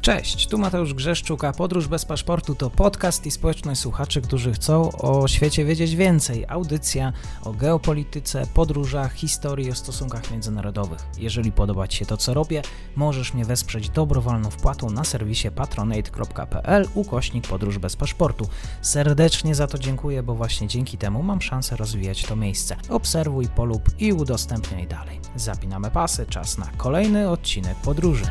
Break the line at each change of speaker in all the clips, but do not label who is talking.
Cześć, tu Mateusz Grzeszczuk, a Podróż bez paszportu to podcast i społeczność słuchaczy, którzy chcą o świecie wiedzieć więcej. Audycja o geopolityce, podróżach, historii, o stosunkach międzynarodowych. Jeżeli podoba Ci się to, co robię, możesz mnie wesprzeć dobrowolną wpłatą na serwisie patronate.pl/podróż bez paszportu. Serdecznie za to dziękuję, bo właśnie dzięki temu mam szansę rozwijać to miejsce. Obserwuj, polub i udostępniaj dalej. Zapinamy pasy, czas na kolejny odcinek podróży.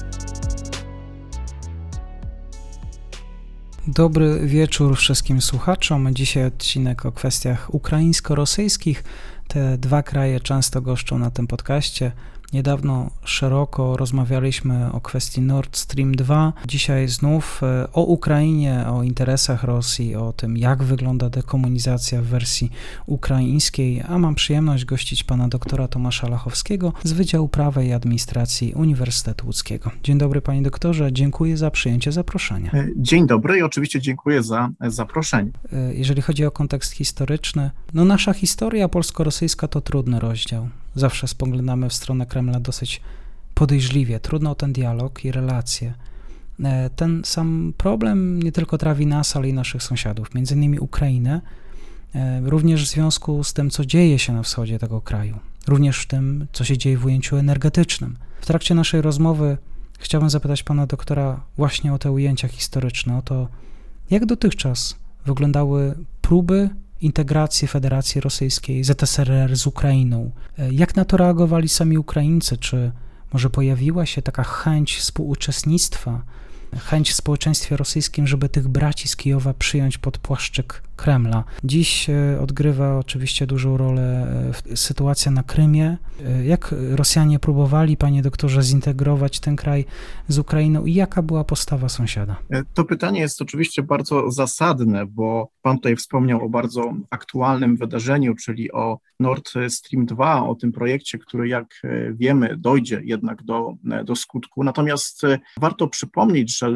Dobry wieczór wszystkim słuchaczom. Dzisiaj odcinek o kwestiach ukraińsko-rosyjskich. Te dwa kraje często goszczą na tym podcaście. Niedawno szeroko rozmawialiśmy o kwestii Nord Stream 2. Dzisiaj znów o Ukrainie, o interesach Rosji, o tym, jak wygląda dekomunizacja w wersji ukraińskiej, a mam przyjemność gościć pana doktora Tomasza Lachowskiego z Wydziału Prawa i Administracji Uniwersytetu Łódzkiego. Dzień dobry, panie doktorze, dziękuję za przyjęcie zaproszenia.
Dzień dobry i oczywiście dziękuję za zaproszenie.
Jeżeli chodzi o kontekst historyczny, nasza historia polsko-rosyjska to trudny rozdział. Zawsze spoglądamy w stronę Kremla dosyć podejrzliwie. Trudno o ten dialog i relacje. Ten sam problem nie tylko trawi nas, ale i naszych sąsiadów, między innymi Ukrainę, również w związku z tym, co dzieje się na wschodzie tego kraju, również w tym, co się dzieje w ujęciu energetycznym. W trakcie naszej rozmowy chciałbym zapytać pana doktora właśnie o te ujęcia historyczne, o to, jak dotychczas wyglądały próby integracji Federacji Rosyjskiej, ZSRR z Ukrainą. Jak na to reagowali sami Ukraińcy? Czy może pojawiła się taka chęć współuczestnictwa, chęć w społeczeństwie rosyjskim, żeby tych braci z Kijowa przyjąć pod płaszczyk Kremla? Dziś odgrywa oczywiście dużą rolę sytuacja na Krymie. Jak Rosjanie próbowali, panie doktorze, zintegrować ten kraj z Ukrainą i jaka była postawa sąsiada?
To pytanie jest oczywiście bardzo zasadne, bo pan tutaj wspomniał o bardzo aktualnym wydarzeniu, czyli o Nord Stream 2, o tym projekcie, który, jak wiemy, dojdzie jednak do skutku. Natomiast warto przypomnieć, że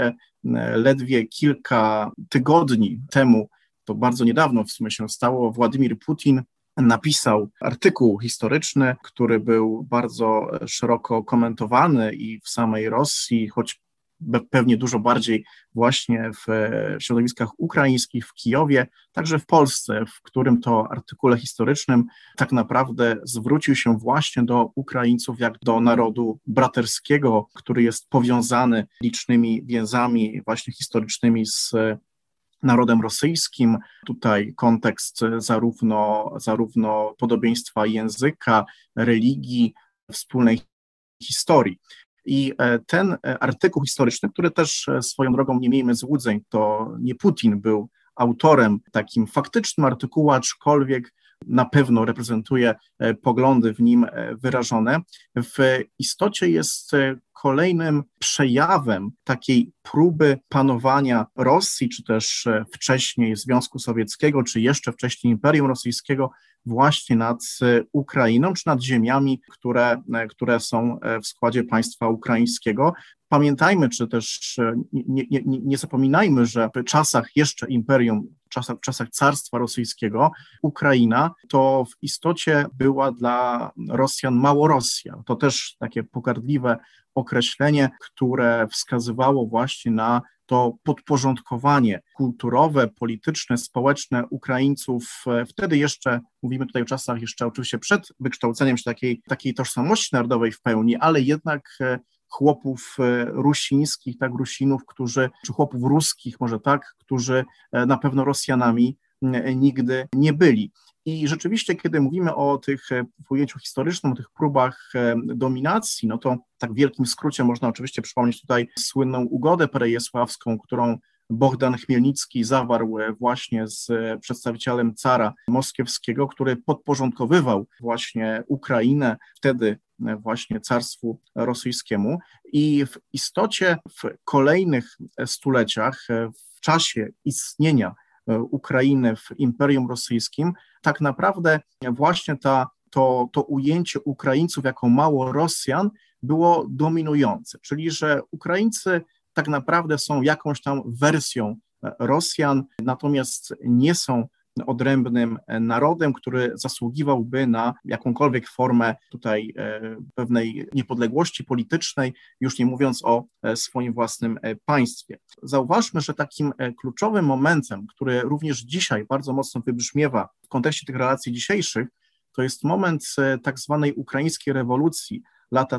ledwie kilka tygodni temu, to bardzo niedawno w sumie się stało, Władimir Putin napisał artykuł historyczny, który był bardzo szeroko komentowany i w samej Rosji, choć pewnie dużo bardziej właśnie w środowiskach ukraińskich, w Kijowie, także w Polsce, w którym to artykule historycznym tak naprawdę zwrócił się właśnie do Ukraińców jak do narodu braterskiego, który jest powiązany licznymi więzami właśnie historycznymi z narodem rosyjskim. Tutaj kontekst zarówno podobieństwa języka, religii, wspólnej historii. I ten artykuł historyczny, który też swoją drogą, nie miejmy złudzeń, to nie Putin był autorem takim faktycznym artykułu, aczkolwiek na pewno reprezentuje poglądy w nim wyrażone, w istocie jest kolejnym przejawem takiej próby panowania Rosji, czy też wcześniej Związku Sowieckiego, czy jeszcze wcześniej Imperium Rosyjskiego właśnie nad Ukrainą, czy nad ziemiami, które są w składzie państwa ukraińskiego. Pamiętajmy, czy też nie zapominajmy, że w czasach jeszcze Imperium, w czasach Carstwa Rosyjskiego, Ukraina to w istocie była dla Rosjan Małorosja. To też takie pogardliwe określenie, które wskazywało właśnie na to podporządkowanie kulturowe, polityczne, społeczne Ukraińców. Wtedy jeszcze, mówimy tutaj o czasach jeszcze oczywiście przed wykształceniem się takiej tożsamości narodowej w pełni, ale jednak chłopów rusińskich, tak, Rusinów, czy chłopów ruskich, może tak, którzy na pewno Rosjanami nigdy nie byli. I rzeczywiście, kiedy mówimy o tych w ujęciu historycznym, o tych próbach dominacji, no to tak w wielkim skrócie można oczywiście przypomnieć tutaj słynną ugodę perejesławską, którą Bohdan Chmielnicki zawarł właśnie z przedstawicielem cara moskiewskiego, który podporządkowywał właśnie Ukrainę, wtedy właśnie carstwu rosyjskiemu. I w istocie w kolejnych stuleciach, w czasie istnienia Ukrainy w Imperium Rosyjskim, tak naprawdę właśnie to ujęcie Ukraińców jako Małorosjan było dominujące, czyli że Ukraińcy tak naprawdę są jakąś tam wersją Rosjan, natomiast nie są odrębnym narodem, który zasługiwałby na jakąkolwiek formę tutaj pewnej niepodległości politycznej, już nie mówiąc o swoim własnym państwie. Zauważmy, że takim kluczowym momentem, który również dzisiaj bardzo mocno wybrzmiewa w kontekście tych relacji dzisiejszych, to jest moment tak zwanej ukraińskiej rewolucji, lata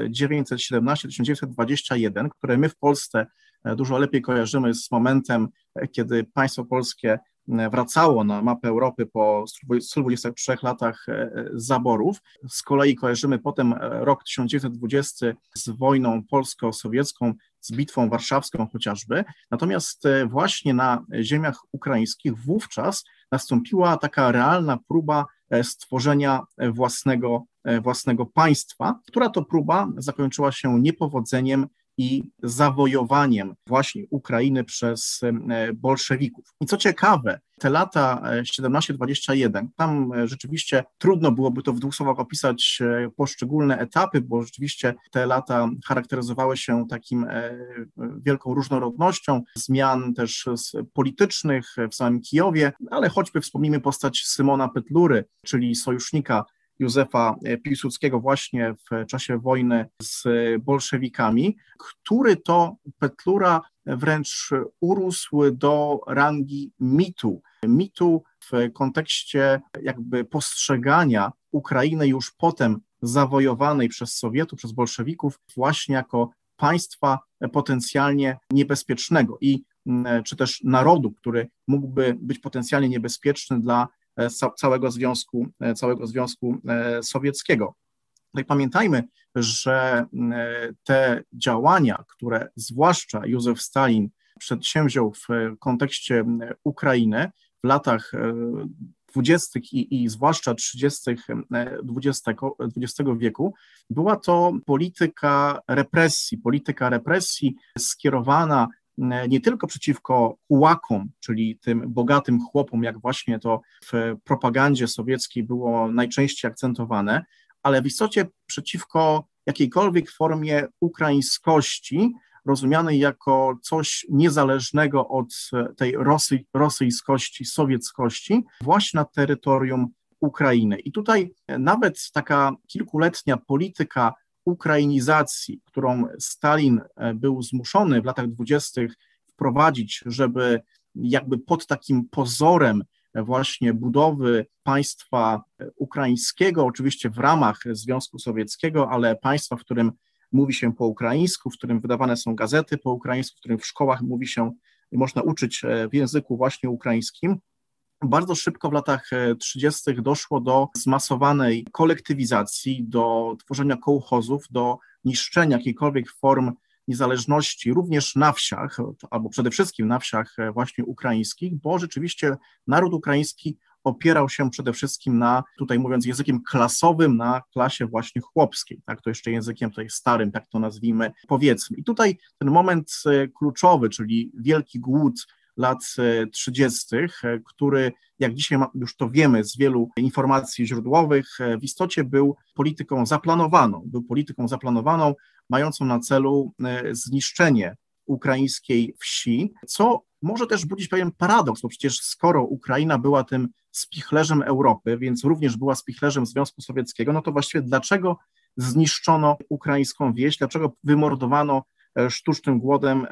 1917-1921, które my w Polsce dużo lepiej kojarzymy z momentem, kiedy państwo polskie wracało na mapę Europy po 123 latach zaborów. Z kolei kojarzymy potem rok 1920 z wojną polsko-sowiecką, z bitwą warszawską chociażby. Natomiast właśnie na ziemiach ukraińskich wówczas nastąpiła taka realna próba stworzenia własnego państwa, która to próba zakończyła się niepowodzeniem i zawojowaniem właśnie Ukrainy przez bolszewików. I co ciekawe, te lata 17-21, tam rzeczywiście trudno byłoby to w dwóch słowach opisać poszczególne etapy, bo rzeczywiście te lata charakteryzowały się takim wielką różnorodnością zmian też politycznych w samym Kijowie, ale choćby wspomnijmy postać Szymona Petlury, czyli sojusznika Józefa Piłsudskiego właśnie w czasie wojny z bolszewikami, który to Petlura wręcz urósł do rangi mitu w kontekście jakby postrzegania Ukrainy już potem zawojowanej przez Sowietów, przez bolszewików właśnie jako państwa potencjalnie niebezpiecznego i czy też narodu, który mógłby być potencjalnie niebezpieczny dla całego Związku Sowieckiego. No i pamiętajmy, że te działania, które zwłaszcza Józef Stalin przedsięwziął w kontekście Ukrainy w latach 20. i zwłaszcza 30. XX wieku, była to polityka represji skierowana nie tylko przeciwko kułakom, czyli tym bogatym chłopom, jak właśnie to w propagandzie sowieckiej było najczęściej akcentowane, ale w istocie przeciwko jakiejkolwiek formie ukraińskości, rozumianej jako coś niezależnego od tej rosyjskości, sowieckości, właśnie na terytorium Ukrainy. I tutaj nawet taka kilkuletnia polityka ukrainizacji, którą Stalin był zmuszony w latach 20. wprowadzić, żeby jakby pod takim pozorem właśnie budowy państwa ukraińskiego, oczywiście w ramach Związku Sowieckiego, ale państwa, w którym mówi się po ukraińsku, w którym wydawane są gazety po ukraińsku, w którym w szkołach mówi się, można uczyć w języku właśnie ukraińskim. Bardzo szybko w latach 30. doszło do zmasowanej kolektywizacji, do tworzenia kołchozów, do niszczenia jakichkolwiek form niezależności również na wsiach, albo przede wszystkim na wsiach właśnie ukraińskich, bo rzeczywiście naród ukraiński opierał się przede wszystkim na, tutaj mówiąc językiem klasowym, na klasie właśnie chłopskiej, tak, to jeszcze językiem tutaj starym, tak to nazwijmy, powiedzmy. I tutaj ten moment kluczowy, czyli wielki głód lat 30., który, jak dzisiaj już to wiemy z wielu informacji źródłowych, w istocie był polityką zaplanowaną, mającą na celu zniszczenie ukraińskiej wsi, co może też budzić pewien paradoks, bo przecież skoro Ukraina była tym spichlerzem Europy, więc również była spichlerzem Związku Sowieckiego, no to właściwie dlaczego zniszczono ukraińską wieś, dlaczego wymordowano sztucznym głodem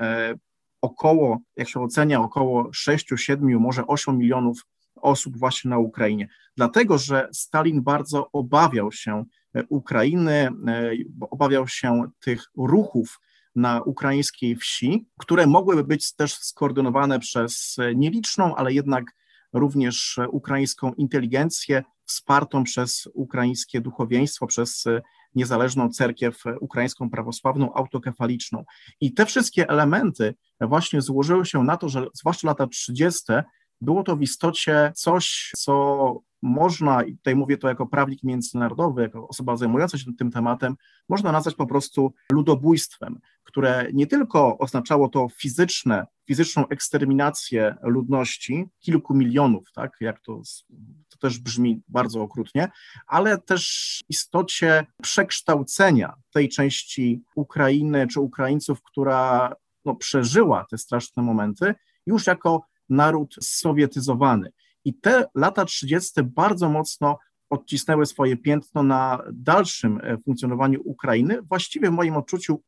około, jak się ocenia, około 6, 7, może 8 milionów osób właśnie na Ukrainie. Dlatego, że Stalin bardzo obawiał się Ukrainy, obawiał się tych ruchów na ukraińskiej wsi, które mogłyby być też skoordynowane przez nieliczną, ale jednak również ukraińską inteligencję, wspartą przez ukraińskie duchowieństwo, przez niezależną cerkiew ukraińską prawosławną, autokefaliczną. I te wszystkie elementy właśnie złożyły się na to, że zwłaszcza lata 30. było to w istocie coś, co można, i tutaj mówię to jako prawnik międzynarodowy, jako osoba zajmująca się tym tematem, można nazwać po prostu ludobójstwem, które nie tylko oznaczało to fizyczną eksterminację ludności, kilku milionów, tak, jak to też brzmi bardzo okrutnie, ale też w istocie przekształcenia tej części Ukrainy czy Ukraińców, która przeżyła te straszne momenty, już jako naród sowietyzowany. I te lata 30. bardzo mocno odcisnęły swoje piętno na dalszym funkcjonowaniu Ukrainy, właściwie w moim odczuciu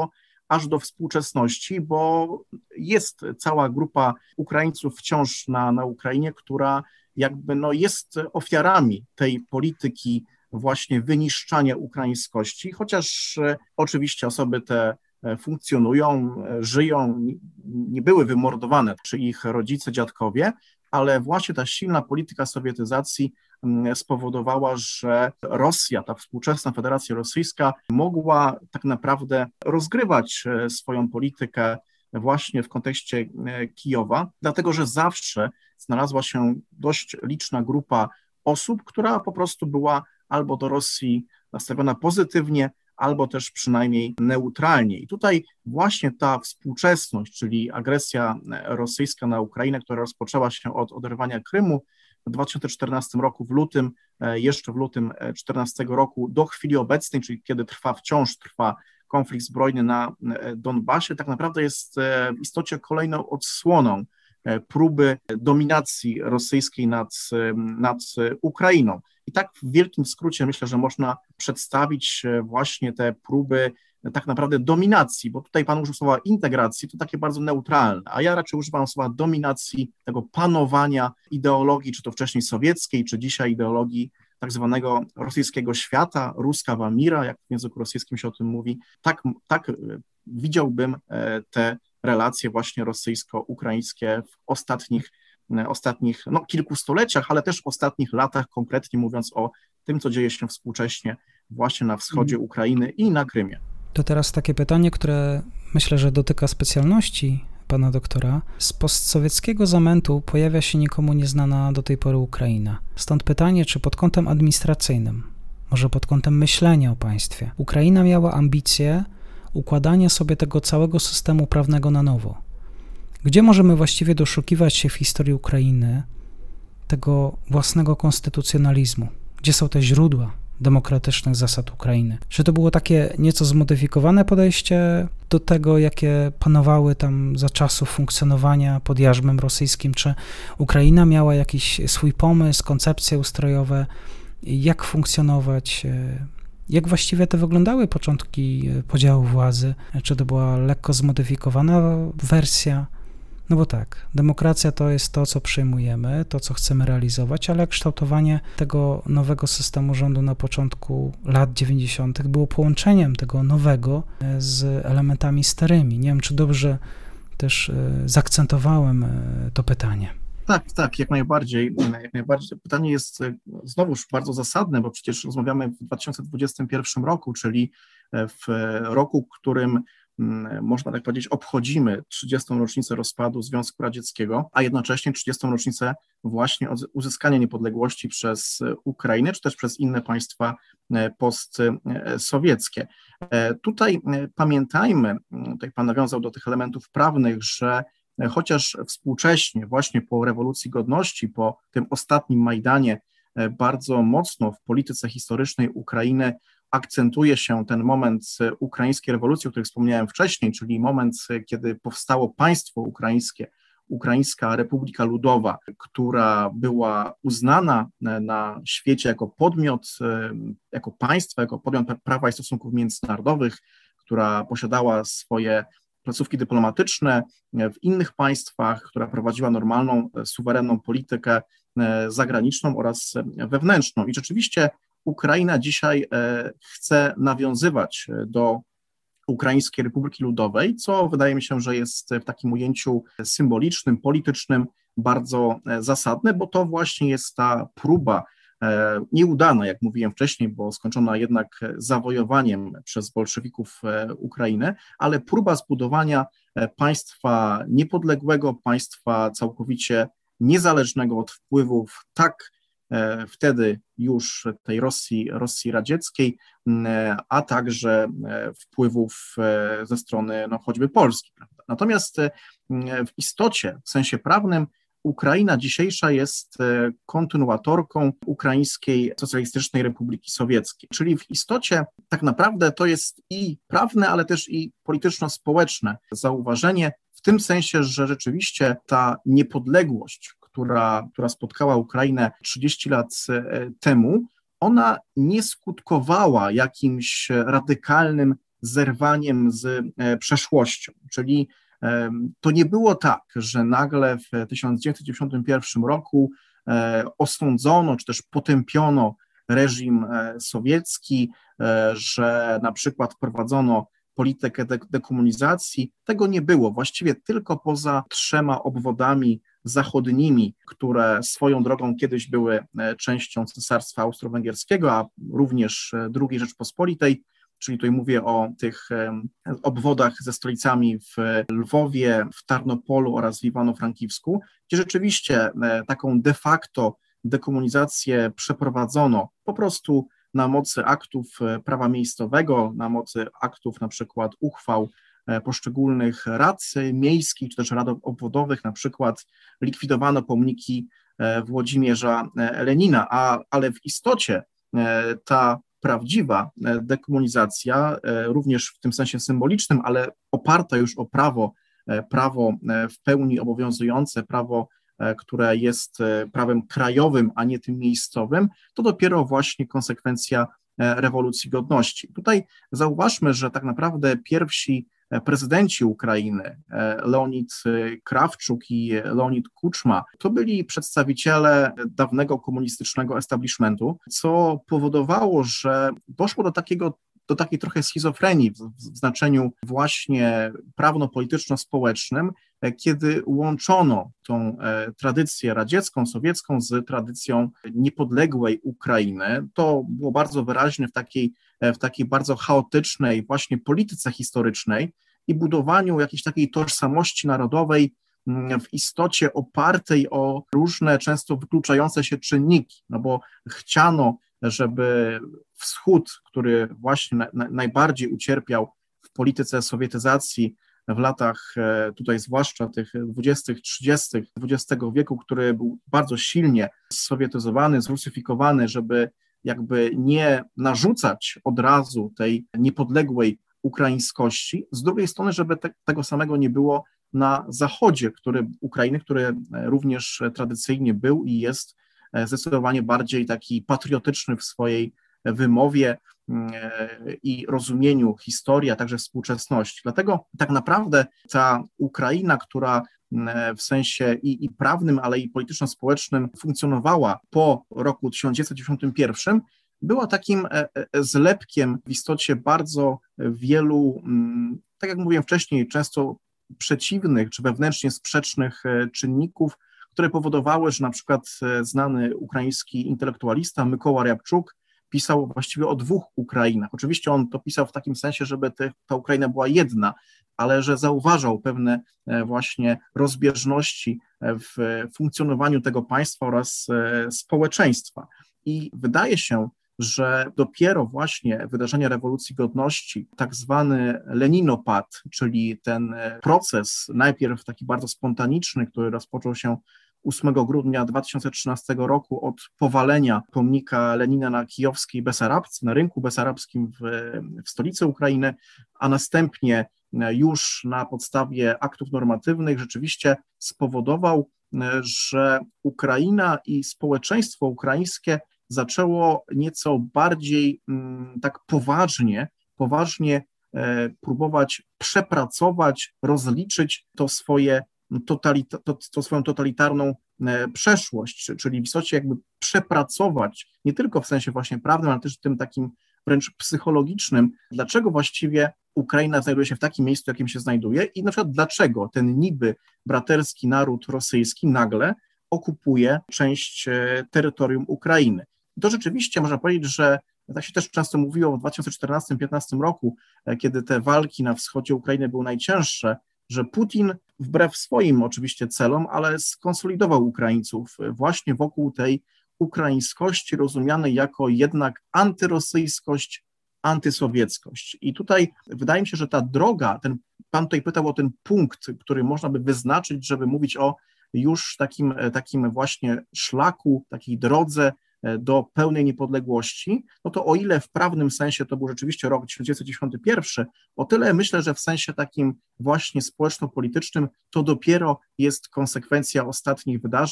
aż do współczesności, bo jest cała grupa Ukraińców wciąż na Ukrainie, która jakby jest ofiarami tej polityki właśnie wyniszczania ukraińskości, chociaż oczywiście osoby te funkcjonują, żyją, nie były wymordowane, czy ich rodzice, dziadkowie, ale właśnie ta silna polityka sowietyzacji spowodowała, że Rosja, ta współczesna Federacja Rosyjska mogła tak naprawdę rozgrywać swoją politykę właśnie w kontekście Kijowa, dlatego że zawsze znalazła się dość liczna grupa osób, która po prostu była albo do Rosji nastawiona pozytywnie, albo też przynajmniej neutralnie. I tutaj właśnie ta współczesność, czyli agresja rosyjska na Ukrainę, która rozpoczęła się od oderwania Krymu w 2014 roku, jeszcze w lutym 2014 roku do chwili obecnej, czyli kiedy wciąż trwa konflikt zbrojny na Donbasie, tak naprawdę jest w istocie kolejną odsłoną próby dominacji rosyjskiej nad Ukrainą. I tak w wielkim skrócie myślę, że można przedstawić właśnie te próby tak naprawdę dominacji, bo tutaj pan użył słowa integracji, to takie bardzo neutralne, a ja raczej używam słowa dominacji, tego panowania ideologii, czy to wcześniej sowieckiej, czy dzisiaj ideologii tak zwanego rosyjskiego świata, ruskawa mira, jak w języku rosyjskim się o tym mówi. Tak widziałbym te relacje właśnie rosyjsko-ukraińskie w ostatnich kilku stuleciach, ale też w ostatnich latach, konkretnie mówiąc o tym, co dzieje się współcześnie właśnie na wschodzie Ukrainy i na Krymie.
To teraz takie pytanie, które myślę, że dotyka specjalności pana doktora. Z postsowieckiego zamętu pojawia się nikomu nieznana do tej pory Ukraina. Stąd pytanie, czy pod kątem administracyjnym, może pod kątem myślenia o państwie, Ukraina miała ambicje układania sobie tego całego systemu prawnego na nowo. Gdzie możemy właściwie doszukiwać się w historii Ukrainy tego własnego konstytucjonalizmu? Gdzie są te źródła demokratycznych zasad Ukrainy? Czy to było takie nieco zmodyfikowane podejście do tego, jakie panowały tam za czasów funkcjonowania pod jarzmem rosyjskim? Czy Ukraina miała jakiś swój pomysł, koncepcje ustrojowe, jak funkcjonować? Jak właściwie te wyglądały początki podziału władzy? Czy to była lekko zmodyfikowana wersja? No bo tak, demokracja to jest to, co przyjmujemy, to, co chcemy realizować, ale kształtowanie tego nowego systemu rządu na początku lat 90. było połączeniem tego nowego z elementami starymi. Nie wiem, czy dobrze też zaakcentowałem to pytanie.
Tak, jak najbardziej. To pytanie jest znowuż bardzo zasadne, bo przecież rozmawiamy w 2021 roku, czyli w roku, w którym można tak powiedzieć, obchodzimy 30. rocznicę rozpadu Związku Radzieckiego, a jednocześnie 30. rocznicę właśnie uzyskania niepodległości przez Ukrainę, czy też przez inne państwa postsowieckie. Tutaj pamiętajmy, tutaj pan nawiązał do tych elementów prawnych, że chociaż współcześnie, właśnie po rewolucji godności, po tym ostatnim Majdanie, bardzo mocno w polityce historycznej Ukrainy akcentuje się ten moment ukraińskiej rewolucji, o której wspomniałem wcześniej, czyli moment, kiedy powstało państwo ukraińskie, Ukraińska Republika Ludowa, która była uznana na świecie jako podmiot, jako państwo, jako podmiot prawa i stosunków międzynarodowych, która posiadała swoje placówki dyplomatyczne w innych państwach, która prowadziła normalną, suwerenną politykę zagraniczną oraz wewnętrzną. I rzeczywiście Ukraina dzisiaj chce nawiązywać do Ukraińskiej Republiki Ludowej, co wydaje mi się, że jest w takim ujęciu symbolicznym, politycznym bardzo zasadne, bo to właśnie jest ta próba nieudana, jak mówiłem wcześniej, bo skończona jednak zawojowaniem przez bolszewików Ukrainy, ale próba zbudowania państwa niepodległego, państwa całkowicie niezależnego od wpływów tak wtedy już tej Rosji radzieckiej, a także wpływów ze strony choćby Polski. Prawda? Natomiast w istocie, w sensie prawnym, Ukraina dzisiejsza jest kontynuatorką Ukraińskiej Socjalistycznej Republiki Sowieckiej, czyli w istocie tak naprawdę to jest i prawne, ale też i polityczno-społeczne zauważenie, w tym sensie, że rzeczywiście ta niepodległość, która spotkała Ukrainę 30 lat temu, ona nie skutkowała jakimś radykalnym zerwaniem z przeszłością, czyli to nie było tak, że nagle w 1991 roku osądzono czy też potępiono reżim sowiecki, że na przykład wprowadzono politykę dekomunizacji. Tego nie było. Właściwie tylko poza 3 obwodami zachodnimi, które swoją drogą kiedyś były częścią Cesarstwa Austro-Węgierskiego, a również II Rzeczpospolitej, czyli tutaj mówię o tych obwodach ze stolicami w Lwowie, w Tarnopolu oraz w Iwano-Frankiwsku, gdzie rzeczywiście taką de facto dekomunizację przeprowadzono po prostu na mocy aktów prawa miejscowego, na mocy aktów na przykład uchwał poszczególnych rad miejskich czy też rad obwodowych, na przykład likwidowano pomniki Włodzimierza Lenina, ale w istocie ta prawdziwa dekomunizacja, również w tym sensie symbolicznym, ale oparta już o prawo w pełni obowiązujące, prawo, które jest prawem krajowym, a nie tym miejscowym, to dopiero właśnie konsekwencja rewolucji godności. Tutaj zauważmy, że tak naprawdę pierwsi prezydenci Ukrainy, Leonid Krawczuk i Leonid Kuczma, to byli przedstawiciele dawnego komunistycznego establishmentu, co powodowało, że doszło do takiej trochę schizofrenii w znaczeniu właśnie prawno-polityczno-społecznym, kiedy łączono tą tradycję radziecką, sowiecką z tradycją niepodległej Ukrainy. To było bardzo wyraźne w takiej bardzo chaotycznej właśnie polityce historycznej i budowaniu jakiejś takiej tożsamości narodowej w istocie opartej o różne, często wykluczające się czynniki, no bo chciano, żeby Wschód, który właśnie najbardziej ucierpiał w polityce sowietyzacji w latach tutaj zwłaszcza tych 20., 30. XX wieku, który był bardzo silnie sowietyzowany, zrusyfikowany, żeby jakby nie narzucać od razu tej niepodległej ukraińskości, z drugiej strony, żeby tego samego nie było na zachodzie Ukrainy, który również tradycyjnie był i jest zdecydowanie bardziej taki patriotyczny w swojej wymowie i rozumieniu historii, a także współczesności. Dlatego tak naprawdę ta Ukraina, która w sensie i prawnym, ale i polityczno-społecznym funkcjonowała po roku 1991, była takim zlepkiem w istocie bardzo wielu, tak jak mówiłem wcześniej, często przeciwnych czy wewnętrznie sprzecznych czynników, które powodowały, że na przykład znany ukraiński intelektualista Mykoła Rябczuk pisał właściwie o 2 Ukrainach. Oczywiście on to pisał w takim sensie, żeby ta Ukraina była jedna, ale że zauważał pewne właśnie rozbieżności w funkcjonowaniu tego państwa oraz społeczeństwa. I wydaje się, że dopiero właśnie wydarzenia rewolucji godności, tak zwany Leninopad, czyli ten proces najpierw taki bardzo spontaniczny, który rozpoczął się 8 grudnia 2013 roku od powalenia pomnika Lenina na kijowskiej Besarabce, na rynku besarabskim w stolicy Ukrainy, a następnie już na podstawie aktów normatywnych rzeczywiście spowodował, że Ukraina i społeczeństwo ukraińskie zaczęło nieco bardziej tak poważnie próbować przepracować, rozliczyć swoją totalitarną przeszłość, czyli w istocie jakby przepracować, nie tylko w sensie właśnie prawnym, ale też tym takim wręcz psychologicznym, dlaczego właściwie Ukraina znajduje się w takim miejscu, jakim się znajduje i na przykład dlaczego ten niby braterski naród rosyjski nagle okupuje część terytorium Ukrainy. I to rzeczywiście można powiedzieć, że tak się też często mówiło w 2014-2015 roku, kiedy te walki na wschodzie Ukrainy były najcięższe, że Putin wbrew swoim oczywiście celom, ale skonsolidował Ukraińców właśnie wokół tej ukraińskości rozumianej jako jednak antyrosyjskość, antysowieckość. I tutaj wydaje mi się, że ta droga, pan tutaj pytał o ten punkt, który można by wyznaczyć, żeby mówić o już takim właśnie szlaku, takiej drodze do pełnej niepodległości, no to o ile w prawnym sensie to był rzeczywiście rok 1991, o tyle myślę, że w sensie takim właśnie społeczno-politycznym to dopiero jest konsekwencja ostatnich wydarzeń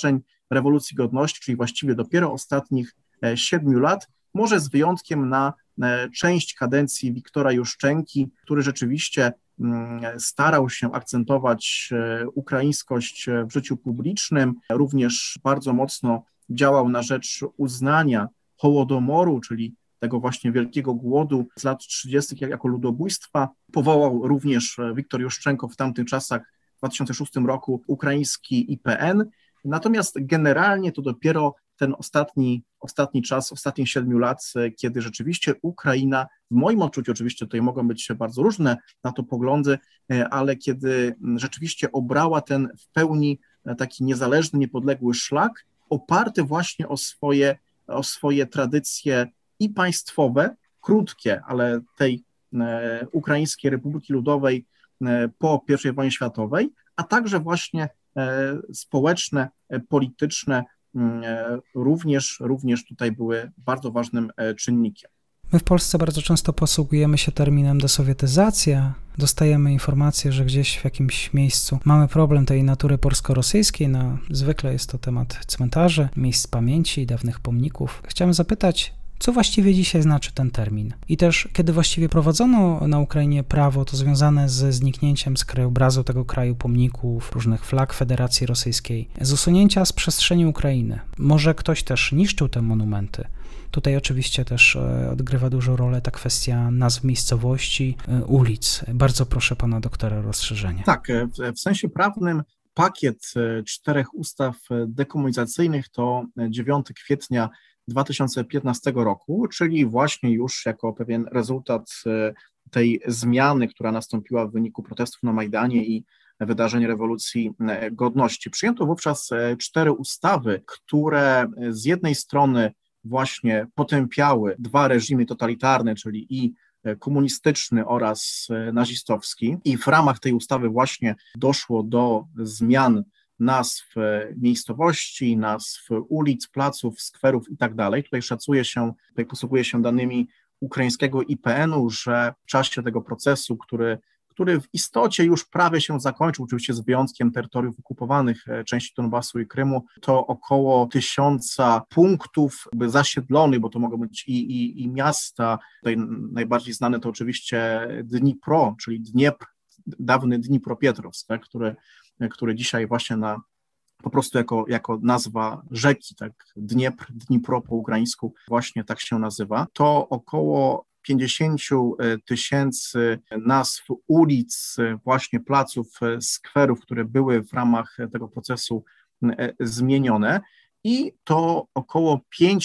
rewolucji godności, czyli właściwie dopiero ostatnich 7 lat, może z wyjątkiem na część kadencji Wiktora Juszczenki, który rzeczywiście starał się akcentować ukraińskość w życiu publicznym, również bardzo mocno działał na rzecz uznania Hołodomoru, czyli tego właśnie wielkiego głodu z lat 30. jako ludobójstwa. Powołał również Wiktor Juszczenko w tamtych czasach, w 2006 roku, ukraiński IPN. Natomiast generalnie to dopiero ten ostatni czas, ostatnich 7 lat, kiedy rzeczywiście Ukraina, w moim odczuciu oczywiście tutaj mogą być bardzo różne na to poglądy, ale kiedy rzeczywiście obrała ten w pełni taki niezależny, niepodległy szlak, oparty właśnie o swoje tradycje i państwowe, krótkie, ale tej Ukraińskiej Republiki Ludowej po I wojnie światowej, a także właśnie społeczne, polityczne, również tutaj były bardzo ważnym czynnikiem.
My w Polsce bardzo często posługujemy się terminem desowietyzacja. Dostajemy informację, że gdzieś w jakimś miejscu mamy problem tej natury polsko-rosyjskiej. No, zwykle jest to temat cmentarzy, miejsc pamięci, dawnych pomników. Chciałem zapytać, co właściwie dzisiaj znaczy ten termin? I też, kiedy właściwie prowadzono na Ukrainie prawo, to związane ze zniknięciem z krajobrazu tego kraju pomników, różnych flag Federacji Rosyjskiej, z usunięcia z przestrzeni Ukrainy. Może ktoś też niszczył te monumenty. Tutaj oczywiście też odgrywa dużą rolę ta kwestia nazw miejscowości, ulic. Bardzo proszę pana doktora o rozszerzenie.
Tak, w sensie prawnym pakiet 4 ustaw dekomunizacyjnych to 9 kwietnia 2015 roku, czyli właśnie już jako pewien rezultat tej zmiany, która nastąpiła w wyniku protestów na Majdanie i wydarzeń rewolucji godności. Przyjęto wówczas 4 ustawy, które z jednej strony właśnie potępiały 2 reżimy totalitarne, czyli i komunistyczny oraz nazistowski, i w ramach tej ustawy właśnie doszło do zmian nazw miejscowości, nazw ulic, placów, skwerów i tak dalej. Tutaj posługuje się danymi ukraińskiego IPN-u, że w czasie tego procesu, który w istocie już prawie się zakończył, oczywiście z wyjątkiem terytoriów okupowanych, części Donbasu i Krymu, to około 1000 punktów zasiedlonych, bo to mogą być i miasta. Tutaj najbardziej znane to oczywiście Dnipro, czyli Dniepr, dawny Dnipropietrowsk, tak, który dzisiaj właśnie po prostu jako nazwa rzeki, tak, Dniepr, Dnipro po ukraińsku właśnie tak się nazywa. To około 50 000 nazw ulic, właśnie placów, skwerów, które były w ramach tego procesu zmienione, i to około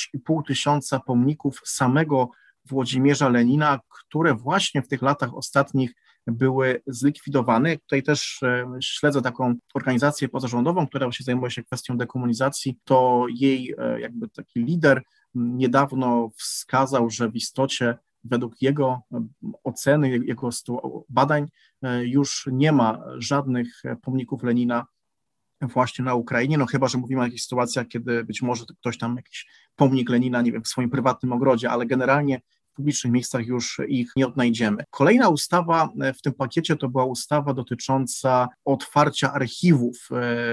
5500 pomników samego Włodzimierza Lenina, które właśnie w tych latach ostatnich były zlikwidowane. Tutaj też śledzę taką organizację pozarządową, która się zajmuje się kwestią dekomunizacji. To jej jakby taki lider niedawno wskazał, że w istocie według jego oceny, jego badań już nie ma żadnych pomników Lenina właśnie na Ukrainie, no chyba że mówimy o jakichś sytuacjach, kiedy być może ktoś tam jakiś pomnik Lenina, nie wiem, w swoim prywatnym ogrodzie, ale generalnie w publicznych miejscach już ich nie odnajdziemy. Kolejna ustawa w tym pakiecie to była ustawa dotycząca otwarcia archiwów,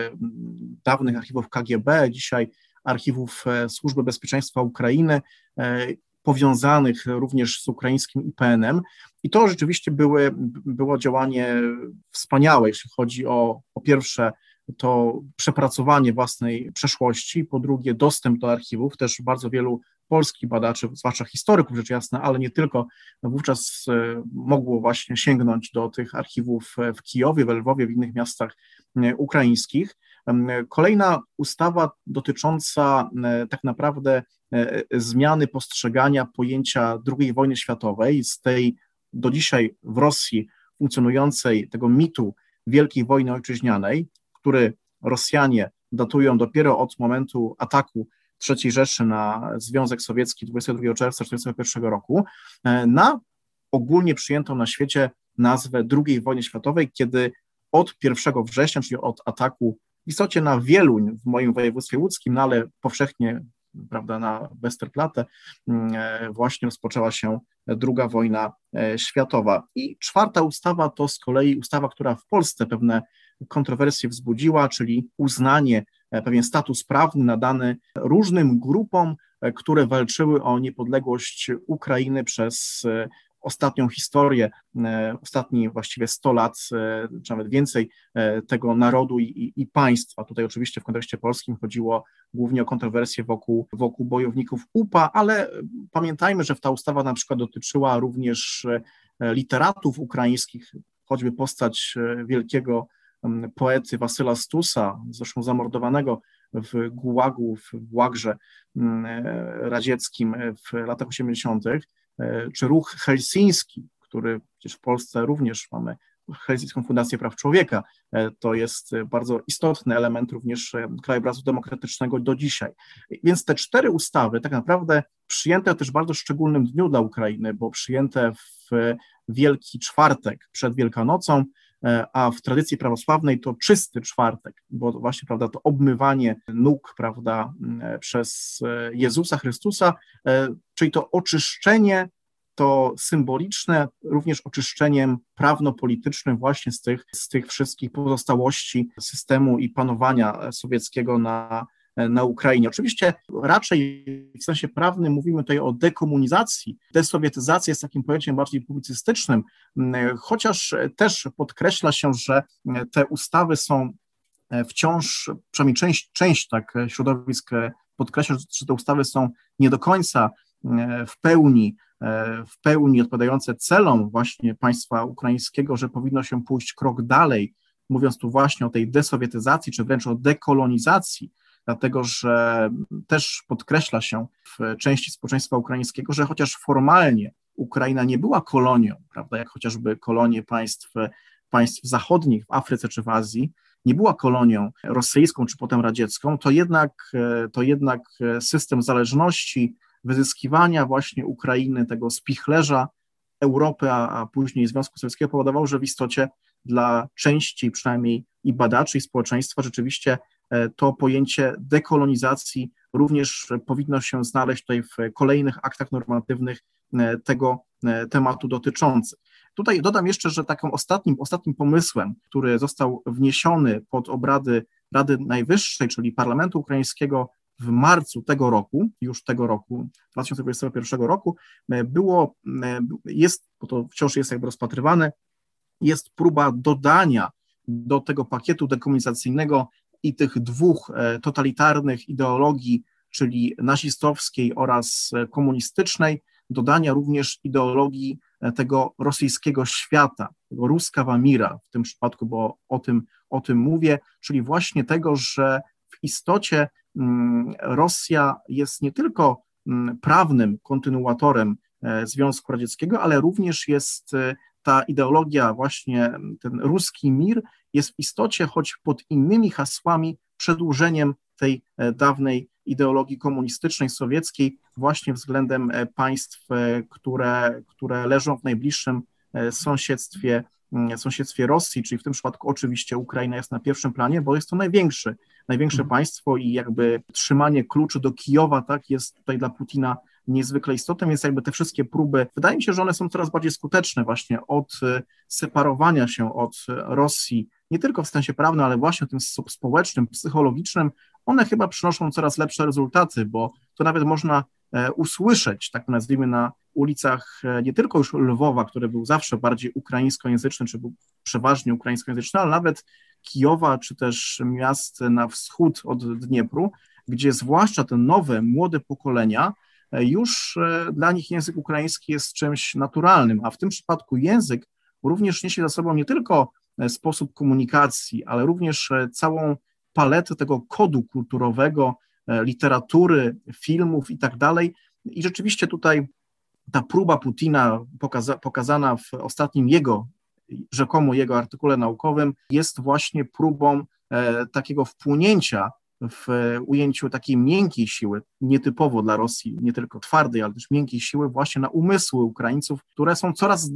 dawnych archiwów KGB, dzisiaj archiwów Służby Bezpieczeństwa Ukrainy, powiązanych również z ukraińskim IPN-em. I to rzeczywiście było działanie wspaniałe, jeśli chodzi o pierwsze to przepracowanie własnej przeszłości, po drugie dostęp do archiwów, też bardzo wielu polskich badaczy, zwłaszcza historyków rzecz jasna, ale nie tylko, wówczas mogło właśnie sięgnąć do tych archiwów w Kijowie, w Lwowie, w innych miastach ukraińskich. Kolejna ustawa dotycząca tak naprawdę zmiany postrzegania pojęcia II wojny światowej, z tej do dzisiaj w Rosji funkcjonującej tego mitu Wielkiej Wojny Ojczyźnianej, który Rosjanie datują dopiero od momentu ataku III Rzeszy na Związek Sowiecki 22 czerwca 1941 roku, na ogólnie przyjętą na świecie nazwę II wojny światowej, kiedy od 1 września, czyli od ataku w istocie na Wieluń w moim województwie łódzkim, no ale powszechnie, prawda, na Westerplatte, właśnie rozpoczęła się II wojna światowa. I 4. ustawa to z kolei ustawa, która w Polsce pewne kontrowersje wzbudziła, czyli uznanie pewien status prawny nadany różnym grupom, które walczyły o niepodległość Ukrainy przez ostatnią historię, ostatni właściwie 100 lat, czy nawet więcej, tego narodu i państwa. Tutaj oczywiście w kontekście polskim chodziło głównie o kontrowersje wokół bojowników UPA, ale pamiętajmy, że ta ustawa na przykład dotyczyła również literatów ukraińskich, choćby postać wielkiego poety Wasyla Stusa, zresztą zamordowanego w Gułagu, w łagrze radzieckim w latach 80., czy ruch helsiński, który przecież w Polsce również mamy Helsińską Fundację Praw Człowieka. To jest bardzo istotny element również krajobrazu demokratycznego do dzisiaj. Więc te 4 ustawy tak naprawdę przyjęte też w bardzo szczególnym dniu dla Ukrainy, bo przyjęte w Wielki Czwartek przed Wielkanocą, a w tradycji prawosławnej to czysty czwartek, bo właśnie, prawda, to obmywanie nóg, prawda, przez Jezusa Chrystusa, czyli to oczyszczenie, to symboliczne, również oczyszczeniem prawno-politycznym właśnie z tych wszystkich pozostałości systemu i panowania sowieckiego na Ukrainie. Oczywiście raczej w sensie prawnym mówimy tutaj o dekomunizacji. Desowietyzacja jest takim pojęciem bardziej publicystycznym, chociaż też podkreśla się, że te ustawy są wciąż, przynajmniej część tak środowisk podkreśla, że te ustawy są nie do końca w pełni odpowiadające celom właśnie państwa ukraińskiego, że powinno się pójść krok dalej, mówiąc tu właśnie o tej desowietyzacji, czy wręcz o dekolonizacji, dlatego że też podkreśla się w części społeczeństwa ukraińskiego, że chociaż formalnie Ukraina nie była kolonią, prawda, jak chociażby kolonie państw zachodnich w Afryce czy w Azji, nie była kolonią rosyjską czy potem radziecką, to jednak system zależności, wyzyskiwania właśnie Ukrainy, tego spichlerza Europy, a później Związku Sowieckiego powodował, że w istocie dla części przynajmniej i badaczy, i społeczeństwa rzeczywiście to pojęcie dekolonizacji również powinno się znaleźć tutaj w kolejnych aktach normatywnych tego tematu dotyczących. Tutaj dodam jeszcze, że takim ostatnim pomysłem, który został wniesiony pod obrady Rady Najwyższej, czyli Parlamentu Ukraińskiego w marcu tego roku, 2021 roku, bo to wciąż jest jakby rozpatrywane, jest próba dodania do tego pakietu dekomunizacyjnego i tych 2 totalitarnych ideologii, czyli nazistowskiej oraz komunistycznej, dodania również ideologii tego rosyjskiego świata, tego Ruskawa Mira w tym przypadku, bo o tym mówię, czyli właśnie tego, że w istocie Rosja jest nie tylko prawnym kontynuatorem Związku Radzieckiego, ale również jest ta ideologia, właśnie ten ruski mir jest w istocie, choć pod innymi hasłami, przedłużeniem tej dawnej ideologii komunistycznej, sowieckiej, właśnie względem państw, które leżą w najbliższym sąsiedztwie Rosji, czyli w tym przypadku oczywiście Ukraina jest na pierwszym planie, bo jest to największe państwo i jakby trzymanie kluczy do Kijowa, tak, jest tutaj dla Putina niezwykle istotne, więc jakby te wszystkie próby, wydaje mi się, że one są coraz bardziej skuteczne właśnie od separowania się od Rosji, nie tylko w sensie prawnym, ale właśnie w tym społecznym, psychologicznym, one chyba przynoszą coraz lepsze rezultaty, bo to nawet można usłyszeć, tak nazwijmy, na ulicach nie tylko już Lwowa, który był zawsze bardziej ukraińskojęzyczny, czy był przeważnie ukraińskojęzyczny, ale nawet Kijowa, czy też miast na wschód od Dniepru, gdzie zwłaszcza te nowe, młode pokolenia, już dla nich język ukraiński jest czymś naturalnym, a w tym przypadku język również niesie za sobą nie tylko sposób komunikacji, ale również całą paletę tego kodu kulturowego, literatury, filmów i tak dalej. I rzeczywiście tutaj ta próba Putina pokazana w ostatnim rzekomo jego artykule naukowym jest właśnie próbą takiego wpłynięcia w ujęciu takiej miękkiej siły, nietypowo dla Rosji, nie tylko twardej, ale też miękkiej siły właśnie na umysły Ukraińców, które są coraz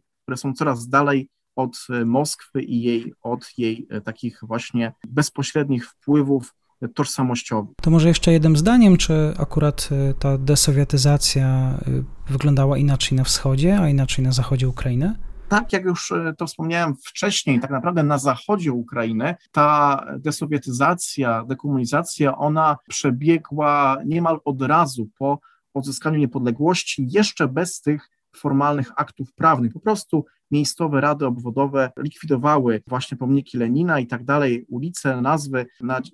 dalej od Moskwy i od jej takich właśnie bezpośrednich wpływów tożsamościowych.
To może jeszcze jednym zdaniem, czy akurat ta desowietyzacja wyglądała inaczej na wschodzie, a inaczej na zachodzie Ukrainy?
Tak jak już to wspomniałem wcześniej, tak naprawdę na zachodzie Ukrainy ta desowietyzacja, dekomunizacja, ona przebiegła niemal od razu po odzyskaniu niepodległości, jeszcze bez tych formalnych aktów prawnych. Po prostu miejscowe rady obwodowe likwidowały właśnie pomniki Lenina i tak dalej, ulice, nazwy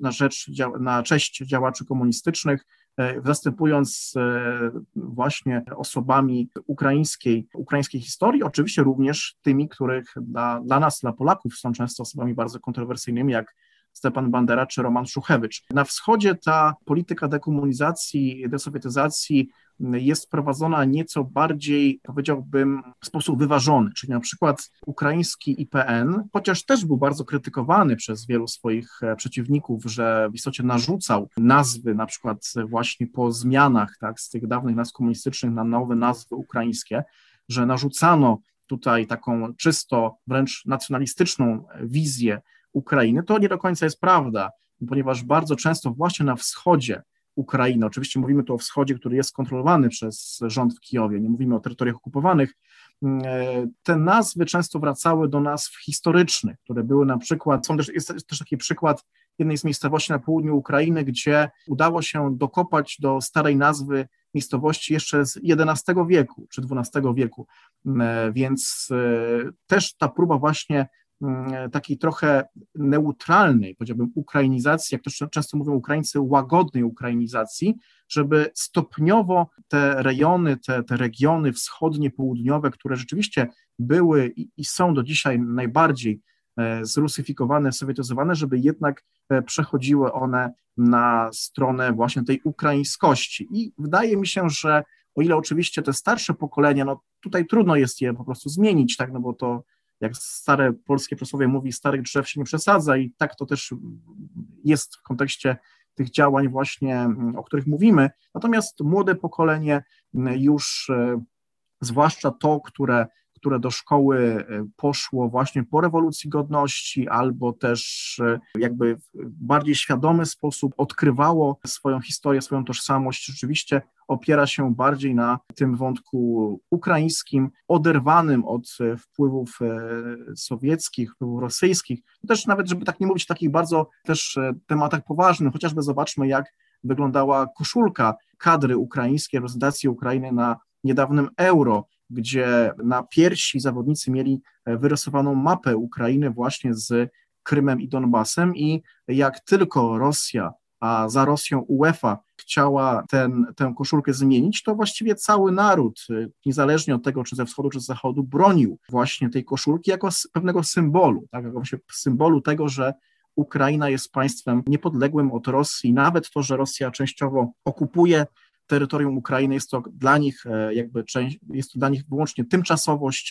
na cześć działaczy komunistycznych, zastępując właśnie osobami ukraińskiej historii, oczywiście również tymi, których dla nas, dla Polaków są często osobami bardzo kontrowersyjnymi, jak Stepan Bandera czy Roman Szuchewicz. Na wschodzie ta polityka dekomunizacji, desowietyzacji jest prowadzona nieco bardziej, powiedziałbym, w sposób wyważony, czyli na przykład ukraiński IPN, chociaż też był bardzo krytykowany przez wielu swoich przeciwników, że w istocie narzucał nazwy, na przykład właśnie po zmianach, tak, z tych dawnych nazw komunistycznych na nowe nazwy ukraińskie, że narzucano tutaj taką czysto wręcz nacjonalistyczną wizję Ukrainy. To nie do końca jest prawda, ponieważ bardzo często właśnie na wschodzie Ukrainy, oczywiście mówimy tu o wschodzie, który jest kontrolowany przez rząd w Kijowie, nie mówimy o terytoriach okupowanych, te nazwy często wracały do nazw historycznych, które były na przykład, jest też taki przykład jednej z miejscowości na południu Ukrainy, gdzie udało się dokopać do starej nazwy miejscowości jeszcze z XI wieku czy XII wieku, więc też ta próba właśnie takiej trochę neutralnej, powiedziałbym, ukrainizacji, jak to często mówią Ukraińcy, łagodnej ukrainizacji, żeby stopniowo te rejony, te regiony wschodnie, południowe, które rzeczywiście były i są do dzisiaj najbardziej zrusyfikowane, sowietyzowane, żeby jednak przechodziły one na stronę właśnie tej ukraińskości. I wydaje mi się, że o ile oczywiście te starsze pokolenia, no tutaj trudno jest je po prostu zmienić, tak, no bo to jak stare polskie przysłowie mówi, starych drzew się nie przesadza i tak to też jest w kontekście tych działań właśnie, o których mówimy. Natomiast młode pokolenie już, zwłaszcza to, które do szkoły poszło właśnie po rewolucji godności, albo też jakby w bardziej świadomy sposób odkrywało swoją historię, swoją tożsamość, rzeczywiście opiera się bardziej na tym wątku ukraińskim, oderwanym od wpływów sowieckich, wpływów rosyjskich. Też nawet, żeby tak nie mówić o takich bardzo też tematach poważnych, chociażby zobaczmy, jak wyglądała koszulka kadry ukraińskiej, reprezentacji Ukrainy na niedawnym Euro, gdzie na piersi zawodnicy mieli wyrysowaną mapę Ukrainy właśnie z Krymem i Donbasem i jak tylko Rosja, a za Rosją UEFA chciała tę koszulkę zmienić, to właściwie cały naród, niezależnie od tego, czy ze wschodu, czy z zachodu, bronił właśnie tej koszulki jako pewnego symbolu, tak, jako symbolu tego, że Ukraina jest państwem niepodległym od Rosji, nawet to, że Rosja częściowo okupuje terytorium Ukrainy, jest to dla nich jest to dla nich wyłącznie tymczasowość,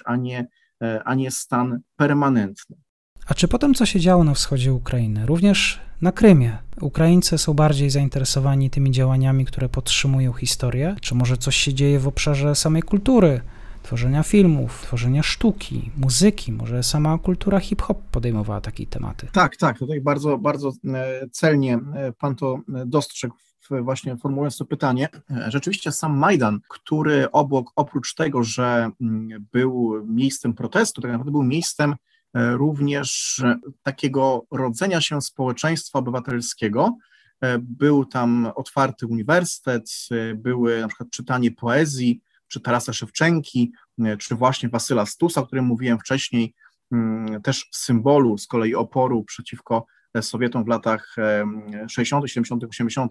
a nie stan permanentny.
A czy po tym, co się działo na wschodzie Ukrainy, również na Krymie, Ukraińcy są bardziej zainteresowani tymi działaniami, które podtrzymują historię? Czy może coś się dzieje w obszarze samej kultury, tworzenia filmów, tworzenia sztuki, muzyki? Może sama kultura hip-hop podejmowała takie tematy?
Tak, tutaj bardzo, bardzo celnie pan to dostrzegł, właśnie formułując to pytanie. Rzeczywiście sam Majdan, który oprócz tego, że był miejscem protestu, tak naprawdę był miejscem również takiego rodzenia się społeczeństwa obywatelskiego. Był tam otwarty uniwersytet, były na przykład czytanie poezji, czy Tarasa Szewczenki, czy właśnie Wasyla Stusa, o którym mówiłem wcześniej, też symbolu z kolei oporu przeciwko Sowietom w latach 60., 70., 80.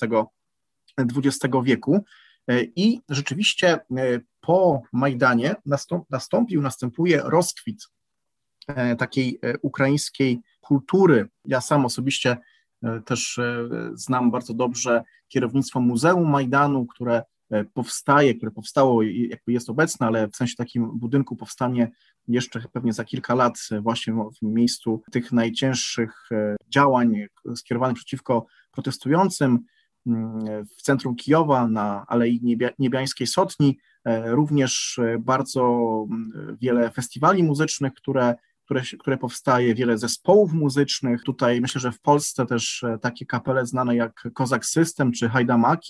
XX wieku. I rzeczywiście po Majdanie następuje rozkwit takiej ukraińskiej kultury. Ja sam osobiście też znam bardzo dobrze kierownictwo Muzeum Majdanu, które powstało i jakby jest obecne, ale w sensie takim budynku powstanie jeszcze pewnie za kilka lat właśnie w miejscu tych najcięższych działań skierowanych przeciwko protestującym w centrum Kijowa na Alei Niebiańskiej Sotni, również bardzo wiele festiwali muzycznych, które powstaje, wiele zespołów muzycznych. Tutaj myślę, że w Polsce też takie kapele znane jak Kozak System czy Hajdamaki,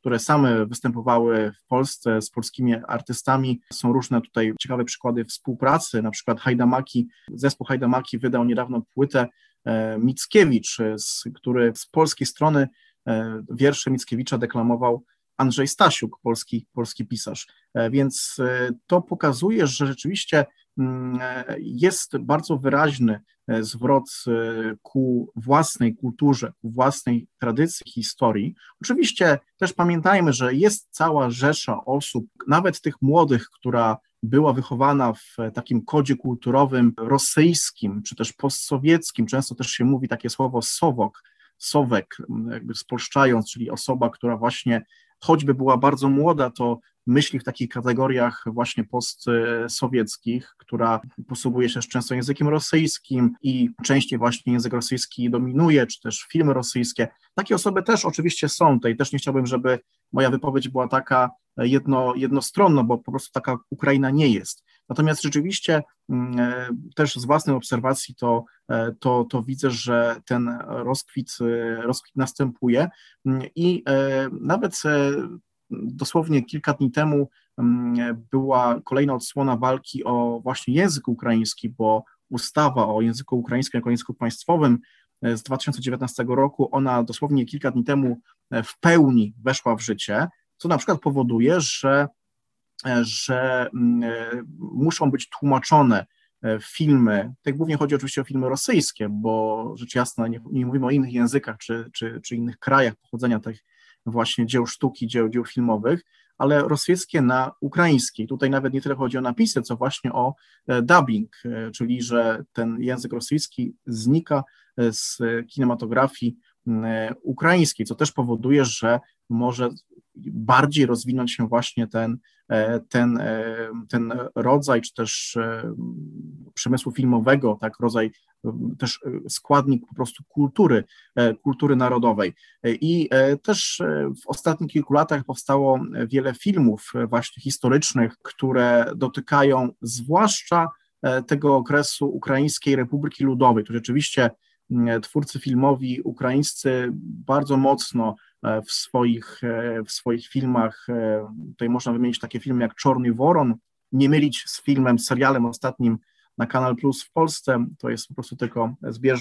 które same występowały w Polsce z polskimi artystami. Są różne tutaj ciekawe przykłady współpracy, na przykład zespół Hajdamaki wydał niedawno płytę Mickiewicz, który z polskiej strony wiersze Mickiewicza deklamował Andrzej Stasiuk, polski pisarz. Więc to pokazuje, że rzeczywiście jest bardzo wyraźny zwrot ku własnej kulturze, ku własnej tradycji, historii. Oczywiście też pamiętajmy, że jest cała rzesza osób, nawet tych młodych, która była wychowana w takim kodzie kulturowym rosyjskim, czy też postsowieckim. Często też się mówi takie słowo sowek, jakby spolszczając, czyli osoba, która właśnie choćby była bardzo młoda, to myśli w takich kategoriach właśnie postsowieckich, która posługuje się często językiem rosyjskim i częściej właśnie język rosyjski dominuje, czy też filmy rosyjskie. Takie osoby też oczywiście są tutaj. Też nie chciałbym, żeby moja wypowiedź była taka jednostronna, bo po prostu taka Ukraina nie jest. Natomiast rzeczywiście też z własnej obserwacji to widzę, że ten rozkwit następuje i nawet dosłownie kilka dni temu była kolejna odsłona walki o właśnie język ukraiński, bo ustawa o języku ukraińskim jako języku państwowym z 2019 roku, ona dosłownie kilka dni temu w pełni weszła w życie, co na przykład powoduje, że muszą być tłumaczone filmy, tak głównie chodzi oczywiście o filmy rosyjskie, bo rzecz jasna nie mówimy o innych językach czy innych krajach pochodzenia tych właśnie dzieł sztuki, dzieł filmowych, ale rosyjskie na ukraiński. Tutaj nawet nie tyle chodzi o napisy, co właśnie o dubbing, czyli że ten język rosyjski znika z kinematografii ukraińskiej, co też powoduje, że może bardziej rozwinąć się właśnie ten rodzaj, czy też przemysłu filmowego, tak, rodzaj, też składnik po prostu kultury narodowej. I też w ostatnich kilku latach powstało wiele filmów właśnie historycznych, które dotykają zwłaszcza tego okresu Ukraińskiej Republiki Ludowej. Tu rzeczywiście twórcy filmowi ukraińscy bardzo mocno w swoich filmach, tutaj można wymienić takie filmy jak Czarny Woron, nie mylić z serialem ostatnim na Kanal Plus w Polsce, to jest po prostu tylko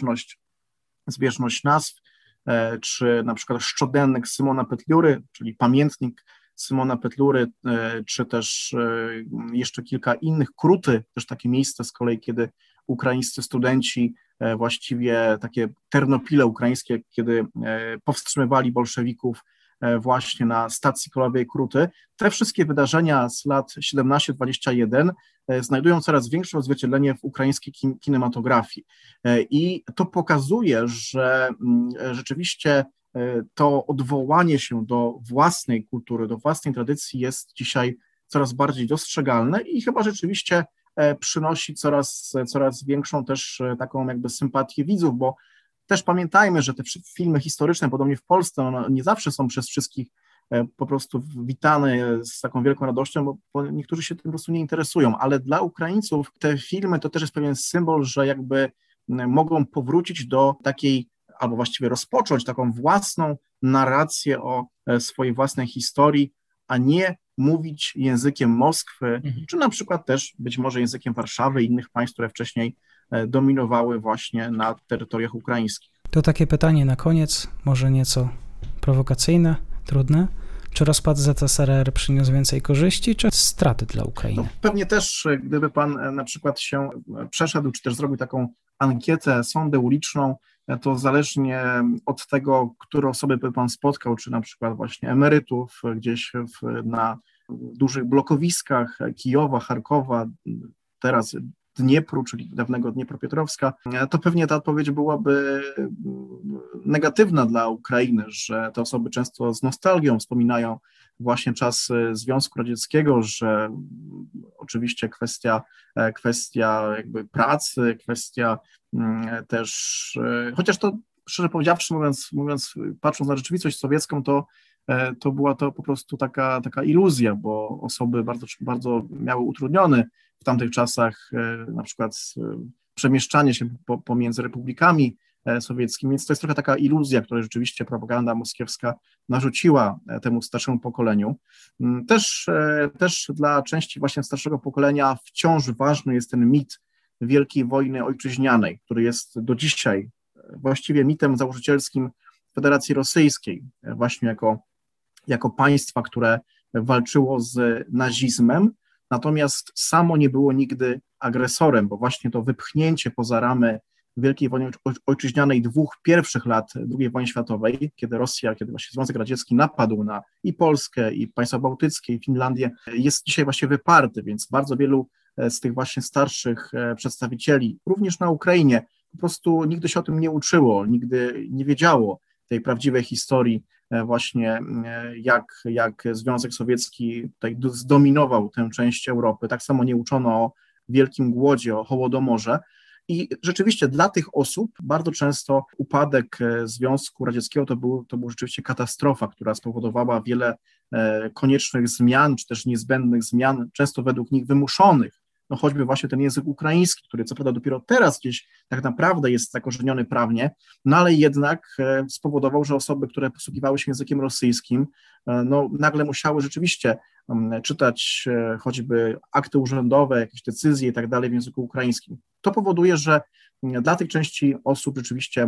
zbieżność nazw, czy na przykład Szczodennik Symona Petliury, czyli pamiętnik Symona Petliury, czy też jeszcze kilka innych, Kruty, też takie miejsce z kolei, kiedy ukraińscy studenci, właściwie takie Ternopile ukraińskie, kiedy powstrzymywali bolszewików właśnie na stacji kolejowej Kruty. Te wszystkie wydarzenia z lat 17-21 znajdują coraz większe odzwierciedlenie w ukraińskiej kinematografii. I to pokazuje, że rzeczywiście to odwołanie się do własnej kultury, do własnej tradycji jest dzisiaj coraz bardziej dostrzegalne i chyba rzeczywiście przynosi coraz większą też taką jakby sympatię widzów, bo też pamiętajmy, że te filmy historyczne, podobnie w Polsce, one nie zawsze są przez wszystkich po prostu witane z taką wielką radością, bo niektórzy się tym po prostu nie interesują, ale dla Ukraińców te filmy to też jest pewien symbol, że jakby mogą powrócić do takiej, albo właściwie rozpocząć taką własną narrację o swojej własnej historii, a nie mówić językiem Moskwy, czy na przykład też być może językiem Warszawy i innych państw, które wcześniej dominowały właśnie na terytoriach ukraińskich.
To takie pytanie na koniec, może nieco prowokacyjne, trudne. Czy rozpad ZSRR przyniósł więcej korzyści, czy straty dla Ukrainy?
No, pewnie też, gdyby pan na przykład się przeszedł, czy też zrobił taką ankietę, sondę uliczną, to zależnie od tego, które osoby by pan spotkał, czy na przykład właśnie emerytów gdzieś na dużych blokowiskach Kijowa, Charkowa, teraz Dniepru, czyli dawnego Dniepropietrowska, to pewnie ta odpowiedź byłaby negatywna dla Ukrainy, że te osoby często z nostalgią wspominają właśnie czas Związku Radzieckiego, że oczywiście kwestia jakby pracy, kwestia też, chociaż to szczerze powiedziawszy, mówiąc, patrząc na rzeczywistość sowiecką, to była to po prostu taka iluzja, bo osoby bardzo miały utrudnione w tamtych czasach na przykład przemieszczanie się pomiędzy republikami sowieckim, więc to jest trochę taka iluzja, którą rzeczywiście propaganda moskiewska narzuciła temu starszemu pokoleniu. Też dla części właśnie starszego pokolenia wciąż ważny jest ten mit Wielkiej Wojny Ojczyźnianej, który jest do dzisiaj właściwie mitem założycielskim Federacji Rosyjskiej, właśnie jako państwa, które walczyło z nazizmem, natomiast samo nie było nigdy agresorem, bo właśnie to wypchnięcie poza ramy Wielkiej Wojny Ojczyźnianej 2 pierwszych lat II wojny światowej, kiedy właśnie Związek Radziecki napadł na i Polskę, i państwa bałtyckie, i Finlandię, jest dzisiaj właśnie wyparty, więc bardzo wielu z tych właśnie starszych przedstawicieli, również na Ukrainie, po prostu nigdy się o tym nie uczyło, nigdy nie wiedziało tej prawdziwej historii właśnie, jak Związek Sowiecki tutaj zdominował tę część Europy. Tak samo nie uczono o Wielkim Głodzie, o Hołodomorze. I rzeczywiście dla tych osób bardzo często upadek Związku Radzieckiego to był rzeczywiście katastrofa, która spowodowała wiele koniecznych zmian, czy też niezbędnych zmian, często według nich wymuszonych. No choćby właśnie ten język ukraiński, który co prawda dopiero teraz gdzieś tak naprawdę jest zakorzeniony prawnie, no ale jednak spowodował, że osoby, które posługiwały się językiem rosyjskim, no nagle musiały rzeczywiście czytać choćby akty urzędowe, jakieś decyzje i tak dalej w języku ukraińskim. To powoduje, że dla tej części osób rzeczywiście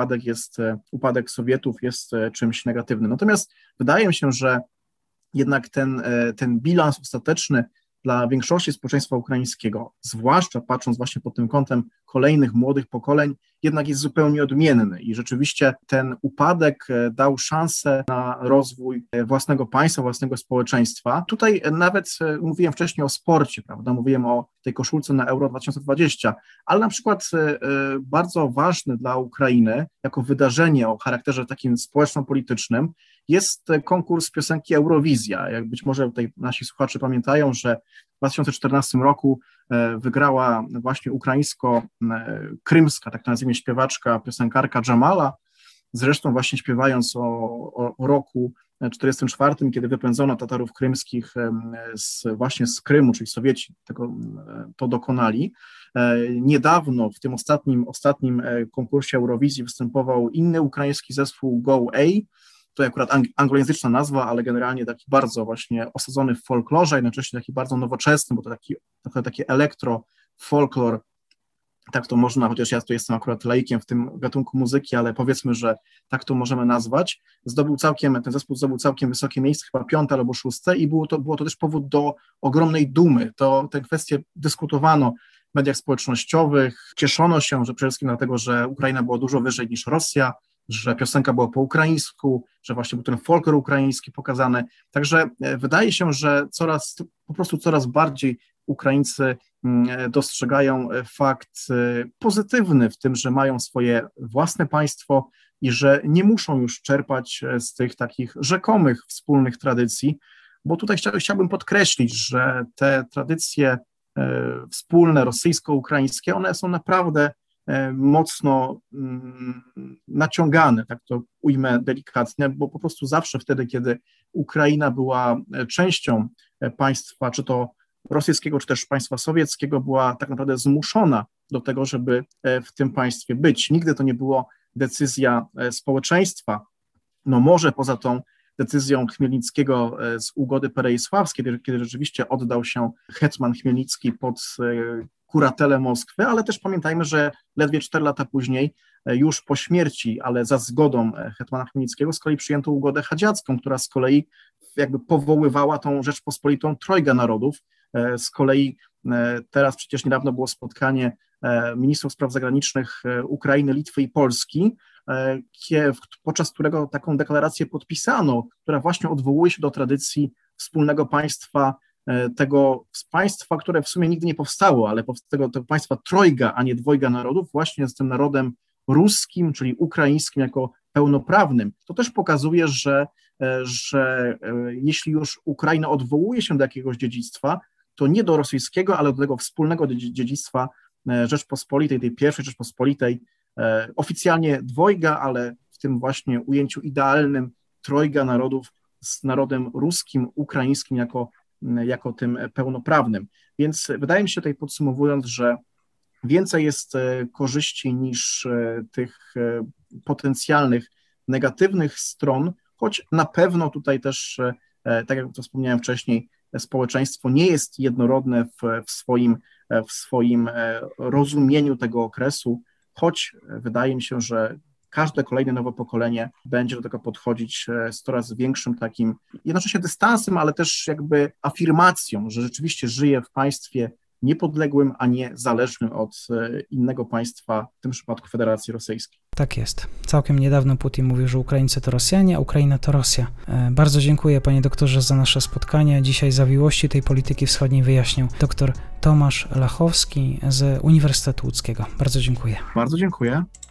upadek Sowietów jest czymś negatywnym. Natomiast wydaje mi się, że jednak ten bilans ostateczny dla większości społeczeństwa ukraińskiego, zwłaszcza patrząc właśnie pod tym kątem kolejnych młodych pokoleń, jednak jest zupełnie odmienny i rzeczywiście ten upadek dał szansę na rozwój własnego państwa, własnego społeczeństwa. Tutaj nawet mówiłem wcześniej o sporcie, prawda? Mówiłem o tej koszulce na Euro 2020, ale na przykład bardzo ważny dla Ukrainy jako wydarzenie o charakterze takim społeczno-politycznym jest konkurs piosenki Eurowizja. Jak być może tutaj nasi słuchacze pamiętają, że w 2014 roku wygrała właśnie ukraińsko-krymska, tak to nazwijmy, śpiewaczka, piosenkarka Jamala, zresztą właśnie śpiewając o roku 1944, kiedy wypędzono Tatarów krymskich właśnie z Krymu, czyli Sowieci to dokonali. Niedawno w tym ostatnim konkursie Eurowizji występował inny ukraiński zespół Go A. To akurat anglojęzyczna nazwa, ale generalnie taki bardzo właśnie osadzony w folklorze, jednocześnie taki bardzo nowoczesny, bo to taki elektro-folklor, tak to można, chociaż ja tu jestem akurat laikiem w tym gatunku muzyki, ale powiedzmy, że tak to możemy nazwać. Ten zespół zdobył całkiem wysokie miejsce, chyba 5. albo 6. i było to też powód do ogromnej dumy. Tę kwestię dyskutowano w mediach społecznościowych, cieszono się, że przede wszystkim dlatego, że Ukraina była dużo wyżej niż Rosja, że piosenka była po ukraińsku, że właśnie był ten folklor ukraiński pokazany. Także wydaje się, że coraz bardziej Ukraińcy dostrzegają fakt pozytywny w tym, że mają swoje własne państwo i że nie muszą już czerpać z tych takich rzekomych wspólnych tradycji, bo tutaj chciałbym podkreślić, że te tradycje wspólne rosyjsko-ukraińskie, one są naprawdę mocno naciągane, tak to ujmę delikatnie, bo po prostu zawsze wtedy, kiedy Ukraina była częścią państwa, czy to rosyjskiego, czy też państwa sowieckiego, była tak naprawdę zmuszona do tego, żeby w tym państwie być. Nigdy to nie było decyzja społeczeństwa, no może poza tą decyzją Chmielnickiego z ugody perejsławskiej, kiedy rzeczywiście oddał się hetman Chmielnicki pod kuratelę Moskwy, ale też pamiętajmy, że ledwie 4 lata później, już po śmierci, ale za zgodą hetmana Chmielnickiego, z kolei przyjęto ugodę chadziacką, która z kolei jakby powoływała tą Rzeczpospolitą Trojga Narodów. Z kolei teraz przecież niedawno było spotkanie ministrów spraw zagranicznych Ukrainy, Litwy i Polski, podczas którego taką deklarację podpisano, która właśnie odwołuje się do tradycji wspólnego państwa, tego państwa, które w sumie nigdy nie powstało, ale tego państwa trojga, a nie dwojga narodów, właśnie z tym narodem ruskim, czyli ukraińskim jako pełnoprawnym. To też pokazuje, że jeśli już Ukraina odwołuje się do jakiegoś dziedzictwa, to nie do rosyjskiego, ale do tego wspólnego dziedzictwa Rzeczpospolitej, tej pierwszej Rzeczpospolitej, oficjalnie dwojga, ale w tym właśnie ujęciu idealnym trojga narodów z narodem ruskim, ukraińskim jako tym pełnoprawnym. Więc wydaje mi się tutaj podsumowując, że więcej jest korzyści niż tych potencjalnych negatywnych stron, choć na pewno tutaj też, tak jak to wspomniałem wcześniej, społeczeństwo nie jest jednorodne w swoim rozumieniu tego okresu, choć wydaje mi się, że każde kolejne nowe pokolenie będzie do tego podchodzić z coraz większym takim jednocześnie dystansem, ale też jakby afirmacją, że rzeczywiście żyje w państwie niepodległym, a nie zależnym od innego państwa, w tym przypadku Federacji Rosyjskiej.
Tak jest. Całkiem niedawno Putin mówił, że Ukraińcy to Rosjanie, a Ukraina to Rosja. Bardzo dziękuję, panie doktorze, za nasze spotkanie. Dzisiaj zawiłości tej polityki wschodniej wyjaśnił dr Tomasz Lachowski z Uniwersytetu Łódzkiego. Bardzo dziękuję.
Bardzo dziękuję.